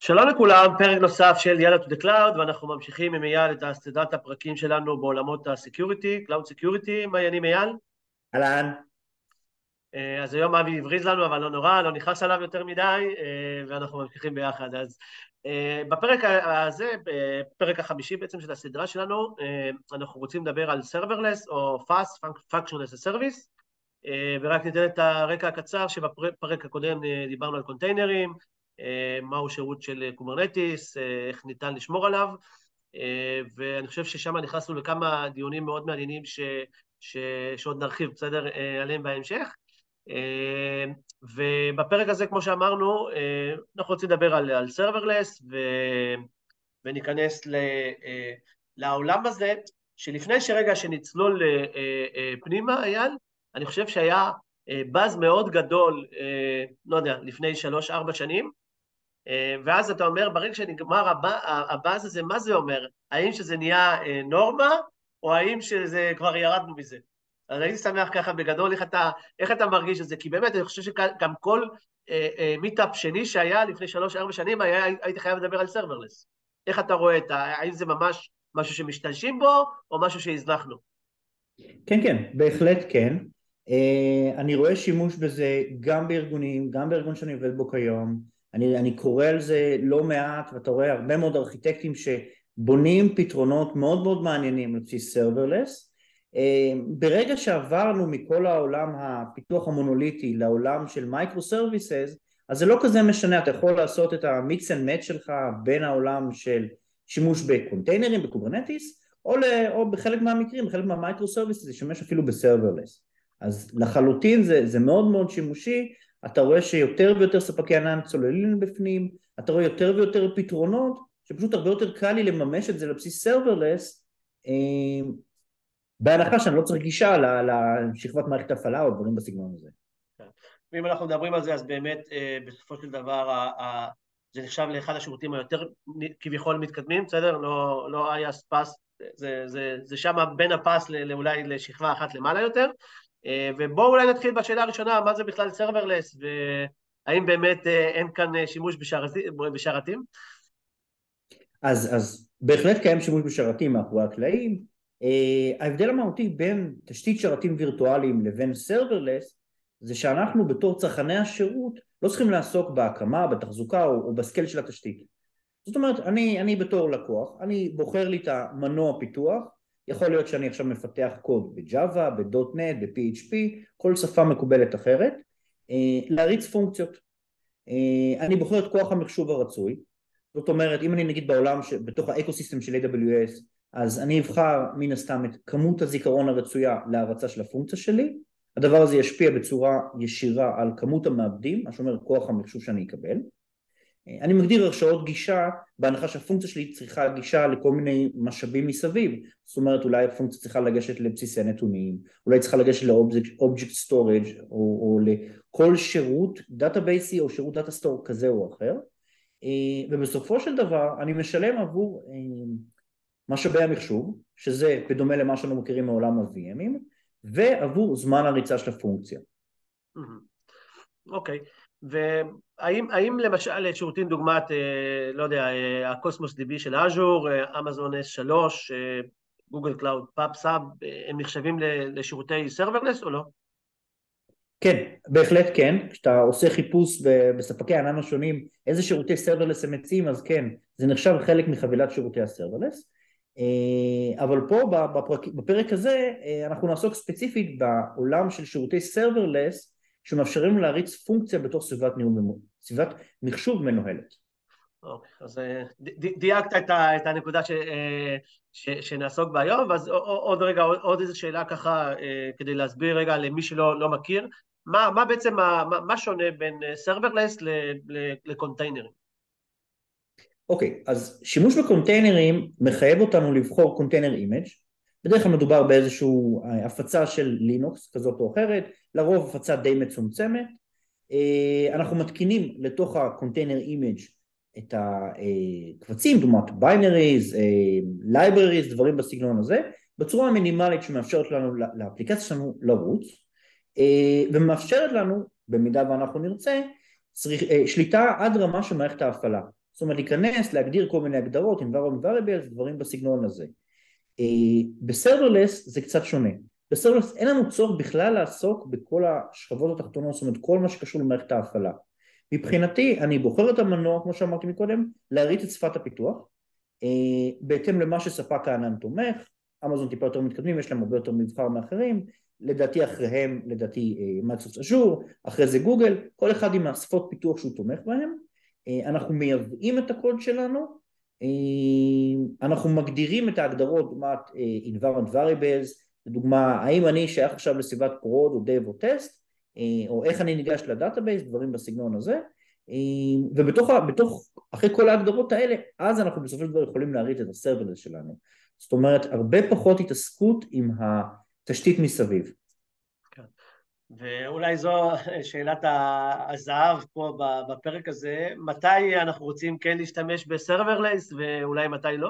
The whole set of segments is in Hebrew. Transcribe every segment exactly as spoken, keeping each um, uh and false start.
שלום לכולם, פרק נוסף של יאללה to the cloud, ואנחנו ממשיכים עם אייל את סדרת הפרקים שלנו בעולמות ה-security, cloud security. מה העניינים אייל? אהלן. אז היום אבי הבריז לנו, אבל לא נורא, לא נכנס עליו יותר מדי, ואנחנו ממשיכים ביחד. אז בפרק הזה, בפרק החמישי בעצם של הסדרה שלנו, אנחנו רוצים לדבר על serverless או fast function as a service, ורק ניתן את הרקע הקצר שבפרק הקודם דיברנו על קונטיינרים, מהו שירות של קוברנטיס, איך ניתן לשמור עליו, ואני חושב ששם נכנסנו לכמה דיונים מאוד מעניינים ש, ש, שעוד נרחיב, בסדר, עליהם בהמשך. ובפרק הזה, כמו שאמרנו, אנחנו רוצים לדבר על, על serverless, ו, וניכנס ל, לעולם הזה, שלפני שרגע שנצלול פנימה, אייל, אני חושב שהיה באז מאוד גדול, לא יודע, לפני שלוש, ארבע שנים, ואז אתה אומר, ברגע שנגמר הבאז הזה, מה זה אומר? האם שזה נהיה נורמה, או האם שזה כבר ירדנו מזה? אז הייתי שמח ככה בגדול, איך אתה, איך אתה מרגיש את זה? כי באמת, אני חושב שגם כל מיטאפ שני שהיה לפני שלוש, ארבע שנים, היה, הייתי חייב לדבר על serverless. איך אתה רואה את ה... האם זה ממש משהו שמשתמשים בו, או משהו שהזנחנו? כן, כן, בהחלט כן. אני רואה שימוש בזה גם בארגונים, גם בארגון שאני עובד בו כיום. אני, אני קורא על זה לא מעט, ואתה רואה הרבה מאוד ארכיטקטים שבונים פתרונות מאוד מאוד מעניינים לבסיס serverless. ברגע שעברנו מכל העולם הפיתוח המונוליטי לעולם של מייקרו סרוויסס, אז זה לא כזה משנה, אתה יכול לעשות את המיקס אנד מאץ' שלך בין העולם של שימוש בקונטיינרים, בקוברנטיס, או, ל, או בחלק מהמקרים, בחלק מהמייקרו סרוויסס זה ישמש אפילו בסרברלס. אז לחלוטין זה, זה מאוד מאוד שימושי, אתה רואה שיותר ויותר ספקי ענן צוללים בפנים, אתה רואה יותר ויותר פתרונות, שפשוט הרבה יותר קל לי לממש את זה לבסיס סרברלס, בהנחה שאני לא צריך גישה לשכבת מערכת הפעלה או דברים בסגנון הזה. ואם אנחנו מדברים על זה, אז באמת בסופו של דבר זה נחשב לאחד השירותים היותר כביכול מתקדמים, בסדר? לא, לא היה ספס, זה, זה, זה שם בין הפס אולי לשכבה אחת למעלה יותר, ובואו אולי נתחיל בשאלה הראשונה, מה זה בכלל serverless, והאם באמת אין כאן שימוש בשרתים? בשרתים? אז, אז בהחלט קיים שימוש בשרתים מאחורי הקלעים. ההבדל המהותי בין תשתית שרתים וירטואליים לבין serverless, זה שאנחנו בתור צרכני השירות לא צריכים לעסוק בהקמה, בתחזוקה או, או בסקייל של התשתית. זאת אומרת, אני, אני בתור לקוח, אני בוחר לי את המנוע פיתוח, יכול להיות שאני עכשיו מפתח קוד בג'אווה, בדוט נט, ב-פי אייץ' פי, כל שפה מקובלת אחרת, להריץ פונקציות. אני בוחר את כוח המחשוב הרצוי, זאת אומרת, אם אני נגיד בעולם, בתוך האקוסיסטם של איי דאבליו אס, אז אני אבחר מן הסתם את כמות הזיכרון הרצויה להרצה של הפונקציה שלי, הדבר הזה ישפיע בצורה ישירה על כמות המעבדים, מה שאומר כוח המחשוב שאני אקבל. אני מגדיר הרשאות גישה בהנחה שהפונקציה שלי צריכה גישה לכל מיני משאבים מסביב, זאת אומרת אולי הפונקציה צריכה לגשת לבסיסי נתונים, אולי צריכה לגשת ל-Object Storage או, או לכל שירות דאטאבייסי או שירות דאטה סטור כזה או אחר, ובסופו של דבר אני משלם עבור משאבי המחשוב, שזה בדומה למה שאנחנו מכירים מעולם ה-וי אמים, ועבור זמן הריצה של הפונקציה. אוקיי, והאם האם למשל שירותים דוגמת, לא יודע, הקוסמוס די בי של אז'ור, אמזון אס שלוש, גוגל קלאוד פאפ-סאב, הם נחשבים לשירותי serverless או לא? כן, בהחלט כן. כשאתה עושה חיפוש בספקי הענן השונים, איזה שירותי serverless הם מציעים, אז כן, זה נחשב חלק מחבילת שירותי ה-serverless. אבל פה בפרק, בפרק הזה אנחנו נעסוק ספציפית בעולם של שירותי serverless שמאפשרים להריץ פונקציה בתוך סביבת ניהול, סביבת מחשוב מנוהלת. אוקיי, אז דייקת את הנקודה שנעסוק בה היום, ואז עוד רגע, עוד איזו שאלה ככה כדי להסביר רגע למי שלא לא מכיר, מה, מה בעצם, מה שונה בין serverless לקונטיינרים? אוקיי, אז שימוש בקונטיינרים מחייב אותנו לבחור קונטיינר אימג', בדרך כלל מדובר באיזושהי הפצה של לינוקס כזאת או אחרת, לרוב הפצה די מצומצמת, אנחנו מתקינים לתוך הקונטיינר אימג' את הקבצים, דוגמת binaries, libraries, דברים בסגנון הזה, בצורה המינימלית שמאפשרת לנו לאפליקציה שלנו לרוץ, ומאפשרת לנו, במידה ואנחנו נרצה, שליטה עד רמה של מערכת ההפעלה. זאת זאת אומרת, להיכנס, להגדיר כל מיני הגדרות, environment variables, דברים בסגנון הזה. בסרברלס זה קצת שונה. בסרברלס אין לנו צורך בכלל לעסוק בכל השכבות התחתונות, זאת אומרת, כל מה שקשור למערכת ההפעלה. מבחינתי, אני בוחר את המנוע, כמו שאמרתי מקודם, להריץ את שפת הפיתוח, בהתאם למה שספק הענן תומך. אמזון טיפה יותר מתקדמים, יש להם הרבה יותר מבחר מאחרים, לדעתי אחריהם, לדעתי מייקרוסופט אז'ור, אחרי זה גוגל, כל אחד עם השפות פיתוח שהוא תומך בהם. אנחנו מייבאים את הקוד שלנו, אנחנו מגדירים את ההגדרות, דוגמת environment variables, לדוגמה, האם אני שייך עכשיו לסביבת פרוד או dev או טסט, או איך אני ניגש לדאטאבייס, דברים בסגנון הזה, ובתוך, בתוך, אחרי כל ההגדרות האלה, אז אנחנו בסופו של דבר יכולים להריץ את הסרברלס שלנו. זאת אומרת, הרבה פחות התעסקות עם התשתית מסביב. כן. ואולי זו שאלת הזהב פה בפרק הזה, מתי אנחנו רוצים כן להשתמש בסרברלס ואולי מתי לא?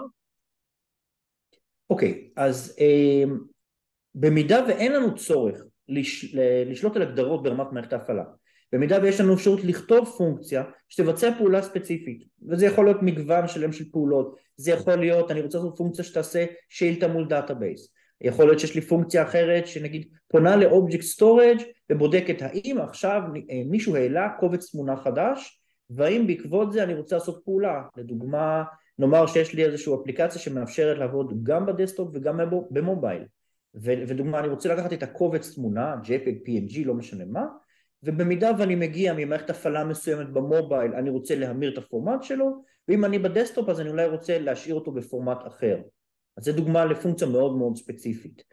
אוקיי, אז במידה ואין לנו צורך לש, לשלוט על הגדרות ברמת מערכת ההפעלה, במידה ויש לנו אפשרות לכתוב פונקציה שתבצע פעולה ספציפית, וזה יכול להיות מגוון שלם של פעולות, זה יכול להיות, אני רוצה לעשות פונקציה שתעשה שאילתה מול דאטאבייס, יכול להיות שיש לי פונקציה אחרת שנגיד פונה לאובייקט סטורג' ובודקת האם עכשיו מישהו העלה קובץ תמונה חדש, והאם בעקבות זה אני רוצה לעשות פעולה, לדוגמה נאמר שיש לי איזושהי אפליקציה שמאפשרת לעבוד גם בדסקטופ וגם במובייל, ודוגמה אני רוצה לקחת את הקובץ תמונה, ג'פג, פי אן ג'י, לא משנה מה, ובמידה ואני מגיע ממערכת הפעלה מסוימת במובייל, אני רוצה להמיר את הפורמט שלו, ואם אני בדסקטופ אז אני אולי רוצה להשאיר אותו בפורמט אחר. אז זו דוגמה לפונקציה מאוד מאוד ספציפית.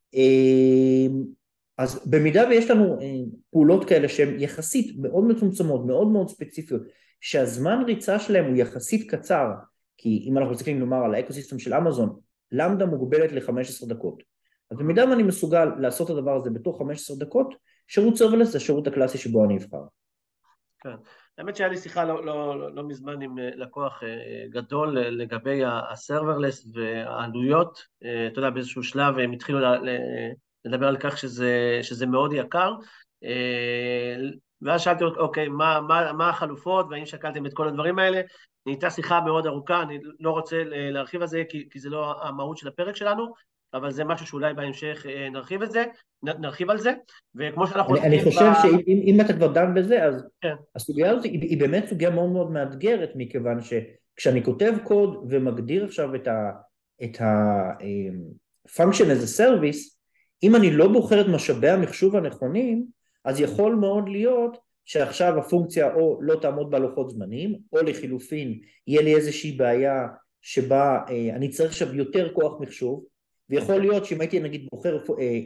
אז במידה ויש לנו פעולות כאלה שהן יחסית מאוד מצומצמות, מאוד מאוד ספציפיות, שהזמן ריצה שלהם הוא יחסית קצר, כי אם אנחנו מסתכלים לומר על האקוסיסטם של אמזון, למדה מוגבלת ל-חמש עשרה דקות. אז במידה ואני מסוגל לעשות את הדבר הזה בתוך חמש עשרה דקות, שירות סרברלס זה השירות הקלאסי שבו אני אבחר. כן. האמת שהיה לי שיחה לא, לא, לא, לא מזמן עם לקוח גדול לגבי הסרברלס והעלויות. אתה יודע, באיזשהו שלב הם התחילו לדבר על כך שזה, שזה מאוד יקר. ואז שאלתי, אוקיי, מה, מה, מה החלופות, והאם שקלתם את כל הדברים האלה? נהייתה שיחה מאוד ארוכה, אני לא רוצה להרחיב על זה, כי, כי זה לא המהות של הפרק שלנו, אבל זה משהו שאולי בהמשך נרחיב את זה, נרחיב על זה, וכמו שאנחנו... אני, אני חושב ב... שאם אתה כבר דן בזה, אז כן. הסוגיה הזאת היא, היא באמת סוגיה מאוד מאוד מאתגרת, מכיוון שכשאני כותב קוד ומגדיר עכשיו את ה... את ה... function as a service, אם אני לא בוחר את משאבי המחשוב הנכונים, אז יכול מאוד להיות שעכשיו הפונקציה או לא תעמוד בלוחות זמנים, או לחילופין יהיה לי איזושהי בעיה שבה אני צריך עכשיו יותר כוח מחשוב, ויכול להיות שאם הייתי נגיד בוחר אה, אה,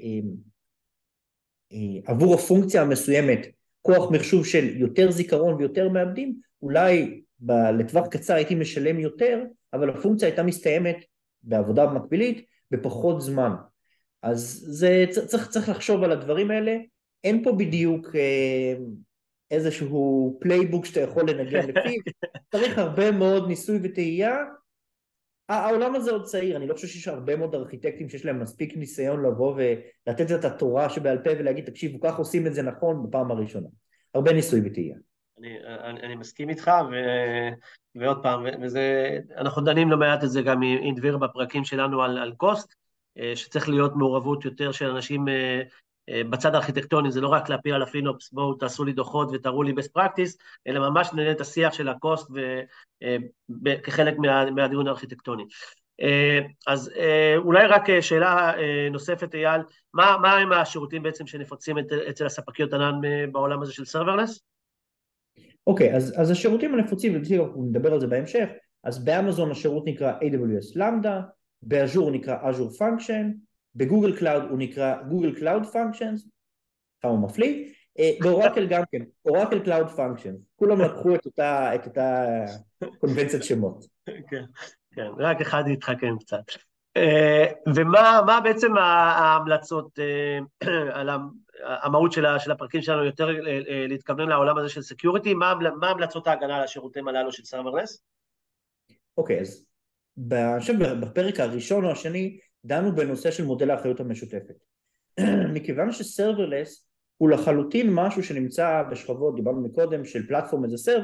אה, עבור הפונקציה המסוימת כוח מחשוב של יותר זיכרון ויותר מעבדים, אולי ב- לטווח קצר הייתי משלם יותר, אבל הפונקציה הייתה מסתיימת בעבודה מקבילית בפחות זמן. אז זה, צריך, צריך לחשוב על הדברים האלה, אין פה בדיוק אה, איזשהו פלייבוק שאתה יכול לנגן לפיו, צריך הרבה מאוד ניסוי וטעייה, העולם הזה עוד צעיר, אני לא חושב שיש הרבה מאוד ארכיטקטים שיש להם מספיק ניסיון לבוא ולתת את התורה שבעל פה ולהגיד, תקשיבו, כך עושים את זה נכון בפעם הראשונה. הרבה ניסוי וטעייה. אני, אני, אני מסכים איתך, ו, ועוד פעם, וזה, אנחנו דנים לא מעט את זה גם עם דביר בפרקים שלנו על, על קוסט, שצריך להיות מעורבות יותר של אנשים בצד הארכיטקטוני, זה לא רק להפיל על הפינופס, בואו תעשו לי דוחות ותראו לי best practice, אלא ממש לנהל את השיח של הקוסט כחלק מה, מהדיון הארכיטקטוני. אז אולי רק שאלה נוספת, אייל, מה, מה הם השירותים בעצם שנפוצים אצל הספקיות ענן בעולם הזה של סרברלס? אוקיי, אז, אז השירותים הנפוצים, אנחנו נדבר על זה בהמשך, אז באמזון השירות נקרא איי דאבליו אס Lambda, באז'ור הוא נקרא Azure Function, בגוגל קלאוד הוא נקרא גוגל קלאוד פונקשנס, כמה מפליא, באורקל גם כן, אורקל קלאוד פונקשנס, כולם לקחו את אותה, את אותה קונבנציית שמות. כן, כן, רק אחד יתחכם קצת. ומה מה בעצם ההמלצות על המהות של הפרקים שלנו, יותר להתכוונן לעולם הזה של סקיוריטי, מה המלצות ההגנה על השירותים הללו של סרברלס? אוקיי, אז בפרק הראשון או השני, דנו בנושא של מודל האחריות המשותפת. מכיוון שסרברלס הוא לחלוטין משהו שנמצא בשכבות, דיברנו מקודם, של פלטפורם as a service,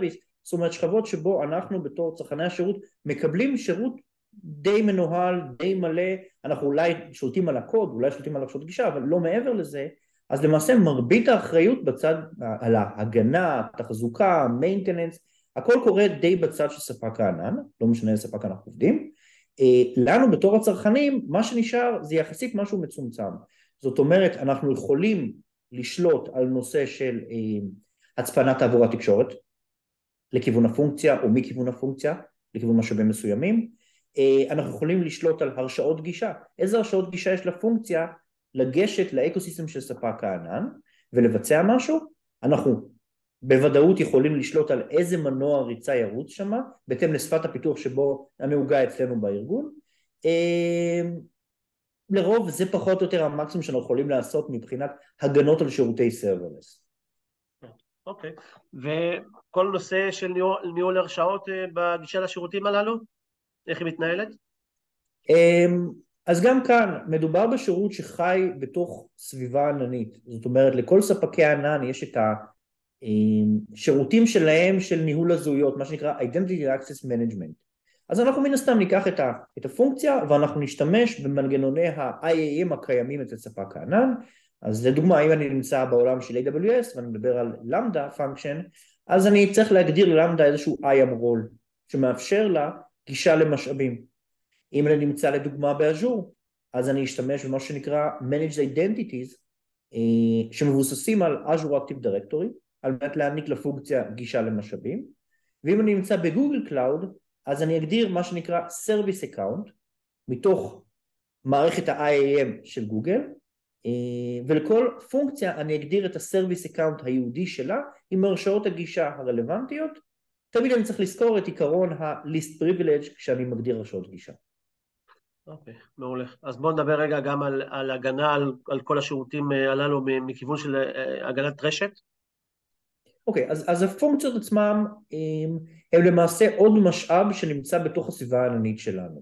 זאת אומרת שכבות שבו אנחנו בתור צרכני השירות מקבלים שירות די מנוהל, די מלא, אנחנו אולי שולטים על הקוד, אולי שולטים על הרשאות גישה, אבל לא מעבר לזה, אז למעשה מרבית האחריות בצד, על ההגנה, תחזוקה, maintenance, הכל קורה די בצד של ספק הענן, לא משנה איזה ספק אנחנו עובדים. לנו בתור הצרכנים, מה שנשאר זה יחסית משהו מצומצם. זאת אומרת, אנחנו יכולים לשלוט על נושא של הצפנת תעבורת תקשורת, לכיוון הפונקציה או מכיוון הפונקציה, לכיוון משאבים מסוימים. אנחנו יכולים לשלוט על הרשאות גישה. איזה הרשאות גישה יש לפונקציה לגשת לאקוסיסטם של ספק הענן ולבצע משהו? אנחנו בוודאות יכולים לשלוט על איזה מנוע ריצה ירוץ שמה, בהתאם לשפת הפיתוח שבו הנהוגה אצלנו בארגון. לרוב זה פחות או יותר המקסימום שאנחנו יכולים לעשות מבחינת הגנות על שירותי סרברלס. אוקיי, וכל נושא של ניהול, ניהול הרשאות בגישה לשירותים הללו, איך היא מתנהלת? אז גם כאן מדובר בשירות שחי בתוך סביבה עננית, זאת אומרת לכל ספקי הענן יש את השירותים שלהם של ניהול הזהויות, מה שנקרא Identity Access Management. אז אנחנו מן הסתם ניקח את, ה, את הפונקציה ואנחנו נשתמש במנגנוני ה-איי איי אם הקיימים אצל ספק הענן. אז לדוגמה, אם אני נמצא בעולם של איי דאבליו אס ואני מדבר על למדה פונקשן, אז אני צריך להגדיר ללמדה איזשהו איי אם רול שמאפשר לה גישה למשאבים. אם אני נמצא לדוגמה באז'ור, אז אני אשתמש במה שנקרא Managed Identities, שמבוססים על Azure Active Directory, על מנת להעניק לפונקציה גישה למשאבים. ואם אני נמצא בגוגל קלאוד, אז אני אגדיר מה שנקרא Service Account, מתוך מערכת ה-איי איי אם של גוגל, ולכל פונקציה אני אגדיר את ה-Service Account היהודי שלה, עם הרשאות הגישה הרלוונטיות. תמיד אני צריך לזכור את עיקרון ה-Least Privilege כשאני מגדיר הרשאות גישה. אוקיי, okay, מעולה. אז בואו נדבר רגע גם על, על הגנה על, על כל השירותים הללו מכיוון של הגנת רשת. אוקיי, okay, אז, אז הפונקציות עצמם הם, הם למעשה עוד משאב שנמצא בתוך הסביבה העננית שלנו.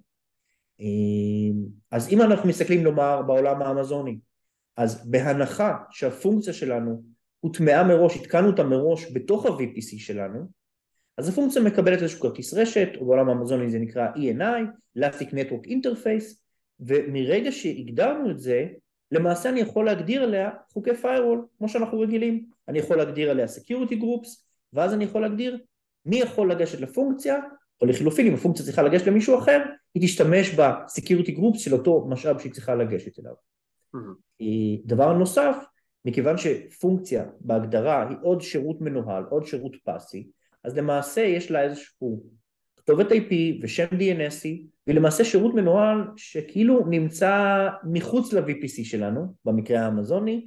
אז אם אנחנו מסתכלים לומר בעולם האמזוני, אז בהנחה שהפונקציה שלנו הוטמעה מראש, התקנו אותה מראש בתוך ה-וי פי סי שלנו, אז הפונקציה מקבלת איזשהו כרטיס רשת, או בעולם האמזוני זה נקרא אי אן איי, Elastic Network Interface, ומרגע שהגדרנו את זה, למעשה אני יכול להגדיר עליה חוקי firewall, כמו שאנחנו רגילים. אני יכול להגדיר עליה security groups, ואז אני יכול להגדיר מי יכול לגשת לפונקציה, או לחילופין, אם הפונקציה צריכה לגשת למישהו אחר, היא תשתמש ב-security groups של אותו משאב שהיא צריכה לגשת אליו. Mm-hmm. דבר נוסף, מכיוון שפונקציה בהגדרה היא עוד שירות מנוהל, עוד שירות פאסי, אז למעשה יש לה איזשהו כתובת איי פי ושם די אן אס, ולמעשה שירות מנוהל שכאילו נמצא מחוץ ל-וי פי סי שלנו, במקרה האמזוני,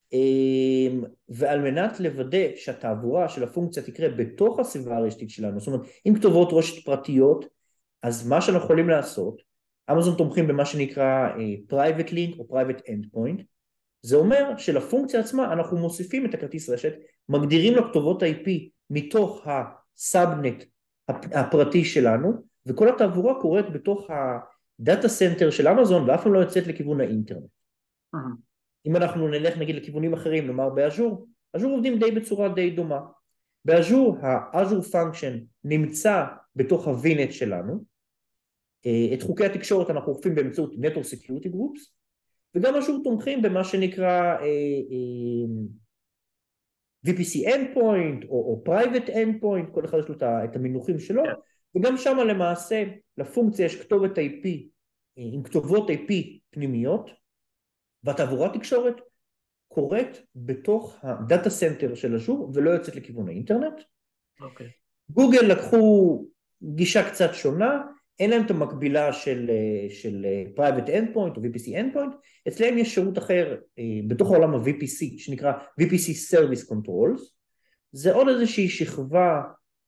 ועל מנת לוודא שהתעבורה של הפונקציה תקרה בתוך הסביבה הרשתית שלנו, זאת אומרת, עם כתובות רשת פרטיות, אז מה שאנחנו יכולים לעשות, אמזון תומכים במה שנקרא private link או private endpoint, זה אומר שלפונקציה עצמה אנחנו מוסיפים את הכרטיס רשת, מגדירים לו כתובות איי פי מתוך הסאבנט הפרטי שלנו, וכל התעבורה קורית בתוך הדאטה סנטר של אמזון, ואף פעם לא יוצאת לכיוון האינטרנט. Uh-huh. אם אנחנו נלך נגיד לכיוונים אחרים, נאמר באז'ור, אז'ור עובדים די בצורה די דומה. באז'ור, האז'ור פונקשן נמצא בתוך ה-וי נט שלנו, את חוקי התקשורת אנחנו אוכפים באמצעות Network Security Groups, וגם אז'ור תומכים במה שנקרא וי פי סי Endpoint או, או Private Endpoint, כל אחד יש לו את המינוחים שלו, yeah. וגם שם למעשה לפונקציה יש כתובת איי פי עם כתובות איי פי פנימיות, והתעבורת תקשורת קורית בתוך הדאטה סנטר של אז'ור ולא יוצאת לכיוון האינטרנט. Okay. גוגל לקחו גישה קצת שונה, אין להם את המקבילה של, של Private Endpoint או וי פי סי Endpoint, אצלהם יש שירות אחר בתוך העולם ה-וי פי סי שנקרא וי פי סי Service Controls, זה עוד איזושהי שכבה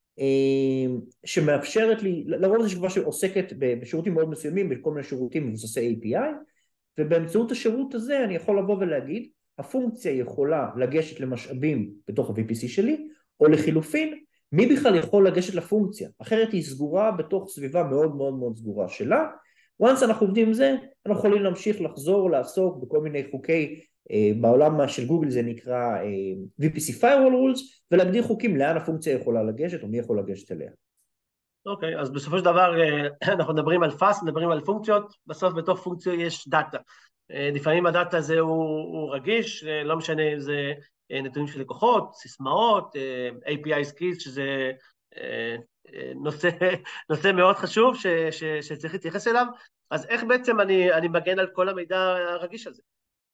שמאפשרת לי, לרוב זו שכבה שעוסקת בשירותים מאוד מסוימים, בכל מיני שירותים מבוססי איי פי איי, ובאמצעות השירות הזה אני יכול לבוא ולהגיד, הפונקציה יכולה לגשת למשאבים בתוך ה-וי פי סי שלי, או לחילופין, מי בכלל יכול לגשת לפונקציה? אחרת היא סגורה בתוך סביבה מאוד מאוד מאוד סגורה שלה. once אנחנו עובדים עם זה, אנחנו יכולים להמשיך לחזור, לעסוק בכל מיני חוקי בעולם של גוגל זה נקרא וי פי סי Firewall Rules, ולהגדיר חוקים לאן הפונקציה יכולה לגשת או מי יכול לגשת אליה. אוקיי, אז בסופו של דבר אנחנו מדברים על פאס, מדברים על פונקציות, בסוף בתוך פונקציה יש דאטה. לפעמים הדאטה הזה הוא, הוא רגיש, לא משנה אם זה נתונים של לקוחות, סיסמאות, איי פי איי Keys, שזה נושא, נושא מאוד חשוב ש, ש, שצריך להתייחס אליו. אז איך בעצם אני, אני מגן על כל המידע הרגיש הזה?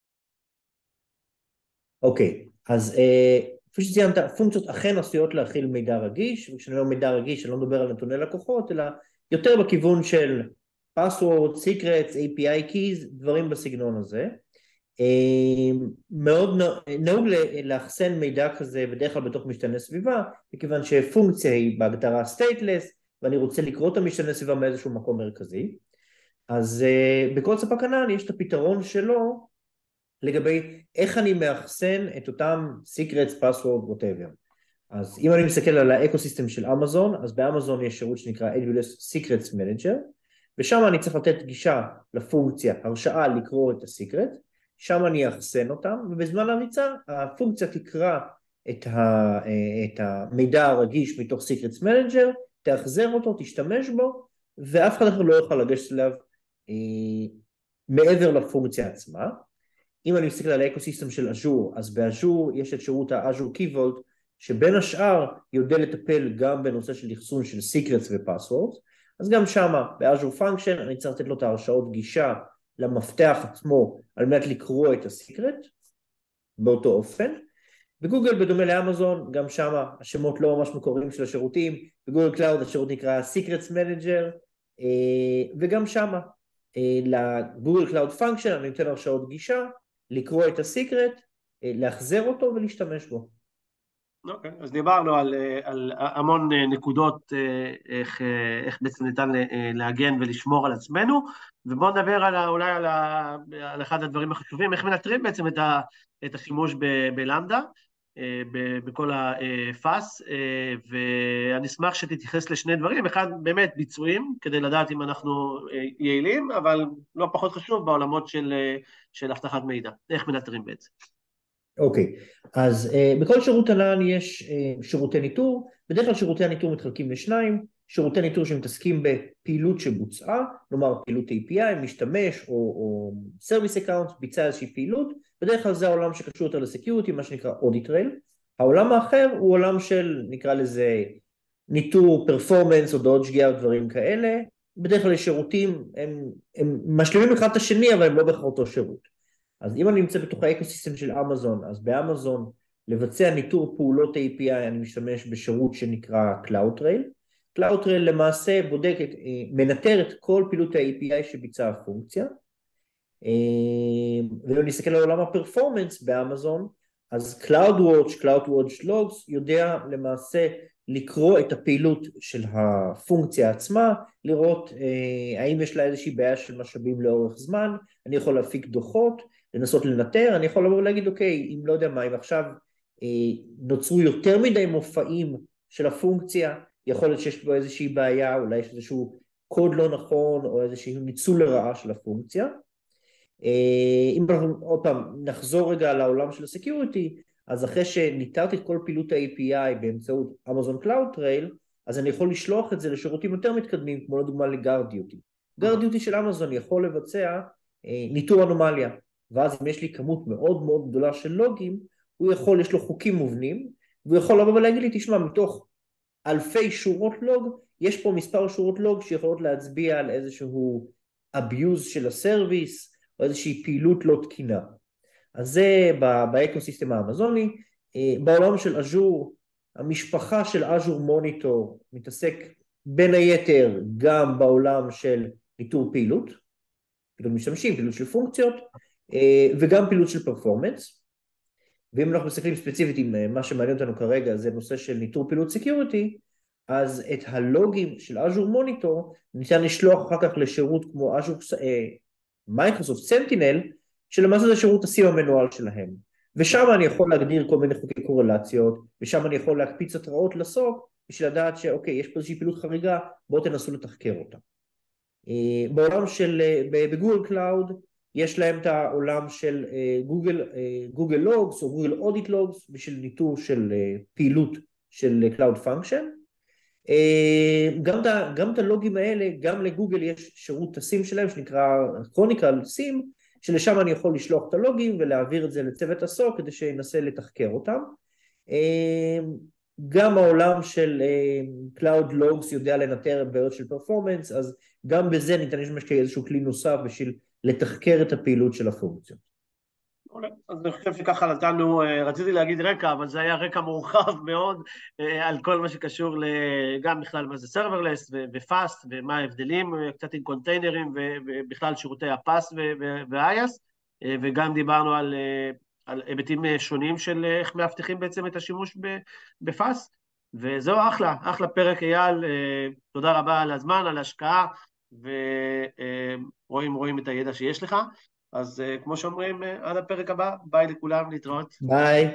אוקיי, אז כפי שציינת, פונקציות אכן עשויות להכיל מידע רגיש, וכשאני אומר מידע רגיש, אני לא מדבר על נתוני לקוחות, אלא יותר בכיוון של password, secrets, איי פי איי Keys, דברים בסגנון הזה. מאוד נהוג לאחסן מידע כזה בדרך כלל בתוך משתנה סביבה, מכיוון שפונקציה היא בהגדרה stateless, ואני רוצה לקרוא את המשתנה סביבה מאיזשהו מקום מרכזי. אז בכל ספק ענן יש את הפתרון שלו, לגבי איך אני מאחסן את אותם secrets, password, whatever. אז אם אני מסתכל על האקוסיסטם של אמזון, אז באמזון יש שירות שנקרא איי דאבליו אס Secrets Manager, ושם אני צריך לתת גישה לפונקציה, הרשאה לקרוא את הסיקרט, שם אני אחסן אותם, ובזמן הריצה הפונקציה תקרא את, ה, את המידע הרגיש מתוך Secrets Manager, תאחזר אותו, תשתמש בו, ואף אחד אחר לא יוכל לגשת אליו אה, מעבר לפונקציה עצמה. אם אני מסתכל על האקוסיסטם של אז'ור, אז באז'ור יש את שירות האז'ור Key Vault, שבין השאר יודע לטפל גם בנושא של אחסון של Secrets ו-Passwords, אז גם שם, באז'ור Function, אני צריך לתת לו את ההרשאות גישה למפתח עצמו, על מנת לקרוא את הסיקרט, באותו אופן. בגוגל, בדומה לאמזון, גם שם השמות לא ממש מקוריים של השירותים, בגוגל קלאוד השירות נקרא Secrets Manager, וגם שם, לגוגל קלאוד Function, אני נותן הרשאות גישה, לקרוא את הסיקרט, להחזר אותו ולהשתמש בו. אוקיי, אז דיברנו על, על המון נקודות, איך, איך בעצם ניתן להגן ולשמור על עצמנו, ובואו נדבר על, אולי על, ה, על אחד הדברים החשובים, איך מנטרים בעצם את, ה, את השימוש ב, בלמדה, בכל הפאס, ואני אשמח שתתייחס לשני דברים, אחד באמת ביצועים, כדי לדעת אם אנחנו יעילים, אבל לא פחות חשוב בעולמות של, של אבטחת מידע, איך מנטרים בעצם. אוקיי, okay. אז uh, בכל שירות ענן יש uh, שירותי ניטור, בדרך כלל שירותי הניטור מתחלקים לשניים, שירותי ניטור שמתעסקים בפעילות שבוצעה, כלומר פעילות איי פי איי, משתמש או, או Service Account, ביצע איזושהי פעילות, בדרך כלל זה העולם שקשור יותר לסקיוריטי, מה שנקרא Audit Trail, העולם האחר הוא עולם של, נקרא לזה, ניטור, פרפורמנס, הודעות שגיאה ודברים כאלה, בדרך כלל שירותים, הם, הם משלימים אחד את השני, אבל הם לא בהכרח אותו שירות. אז אם אני נמצא בתוך האקוסיסטם של אמזון, אז באמזון לבצע ניטור פעולות איי פי איי אני משתמש בשירות שנקרא CloudTrail. CloudTrail למעשה בודק, מנטר את כל פעילות ה-איי פי איי שביצעה הפונקציה. ואם נסתכל על עולם הפרפורמנס באמזון, אז CloudWatch, CloudWatch Logs יודע למעשה לקרוא את הפעילות של הפונקציה עצמה, לראות אה, האם יש לה איזושהי בעיה של משאבים לאורך זמן, אני יכול להפיק דוחות, לנסות לנטר, אני יכול לבוא ולהגיד, אוקיי, אם לא יודע מה, אם עכשיו אה, נוצרו יותר מדי מופעים של הפונקציה, יכול להיות שיש בו איזושהי בעיה, אולי יש איזשהו קוד לא נכון, או איזשהו ניצול לרעה של הפונקציה. אה, אם אנחנו עוד פעם נחזור רגע לעולם של הסקיוריטי, אז אחרי שניטרתי את כל פעילות ה-איי פי איי באמצעות אמזון CloudTrail, אז אני יכול לשלוח את זה לשירותים יותר מתקדמים, כמו לדוגמה לגארדיוטי. גארדיוטי של אמזון יכול לבצע אה, ניטור אנומליה, ואז אם יש לי כמות מאוד מאוד גדולה של לוגים, הוא יכול, יש לו חוקים מובנים, והוא יכול לבוא ולהגיד לי, תשמע, מתוך אלפי שורות לוג, יש פה מספר שורות לוג שיכולות להצביע על איזשהו abuse של הסרוויס, או איזושהי פעילות לא תקינה. אז זה באקוסיסטם האמזוני. בעולם של אז'ור, המשפחה של אז'ור מוניטור מתעסק בין היתר גם בעולם של ניטור פעילות, פעילות משתמשים, פעילות של פונקציות, וגם פעילות של פרפורמנס. ואם אנחנו מסתכלים ספציפית עם מה שמעניין אותנו כרגע, זה נושא של ניטור פעילות סקיוריטי, אז את הלוגים של אז'ור מוניטור ניתן לשלוח אחר כך לשירות כמו אז'ור מייקרוסופט סנטינל, שלמעשה זה שירות הסים המנוהל שלהם. ושם אני יכול להגדיר כל מיני חוקי קורלציות, ושם אני יכול להקפיץ התראות לסוק, בשביל לדעת שאוקיי, יש פה איזושהי פעילות חריגה, בואו תנסו לתחקר אותה. בעולם של, בגוגל קלאוד, יש להם את העולם של גוגל, גוגל לוגס או גוגל אודיט לוגס בשביל ניטור של פעילות של Cloud Function. גם, גם את הלוגים האלה, גם לגוגל יש שירות הסים שלהם שנקרא Chronicle סים, שלשם אני יכול לשלוח את הלוגים ולהעביר את זה לצוות הסוק כדי שינסה לתחקר אותם. גם העולם של Cloud Logs יודע לנטר בעיות של פרפורמנס, אז גם בזה ניתן להשתמש כאיזשהו כלי נוסף בשביל לתחקר את הפעילות של הפונקציות. אז אני חושב שככה נתנו, רציתי להגיד רקע, אבל זה היה רקע מורחב מאוד על כל מה שקשור גם בכלל מה זה סרברלס ופאסט ומה ההבדלים, קצת עם קונטיינרים ובכלל שירותי הפאס והאייס, וגם דיברנו על, על היבטים שונים של איך מאבטחים בעצם את השימוש בפאסט, וזהו אחלה, אחלה פרק אייל, תודה רבה על הזמן, על ההשקעה, ורואים רואים את הידע שיש לך. אז כמו שאומרים, עד הפרק הבא, ביי לכולם, להתראות. ביי.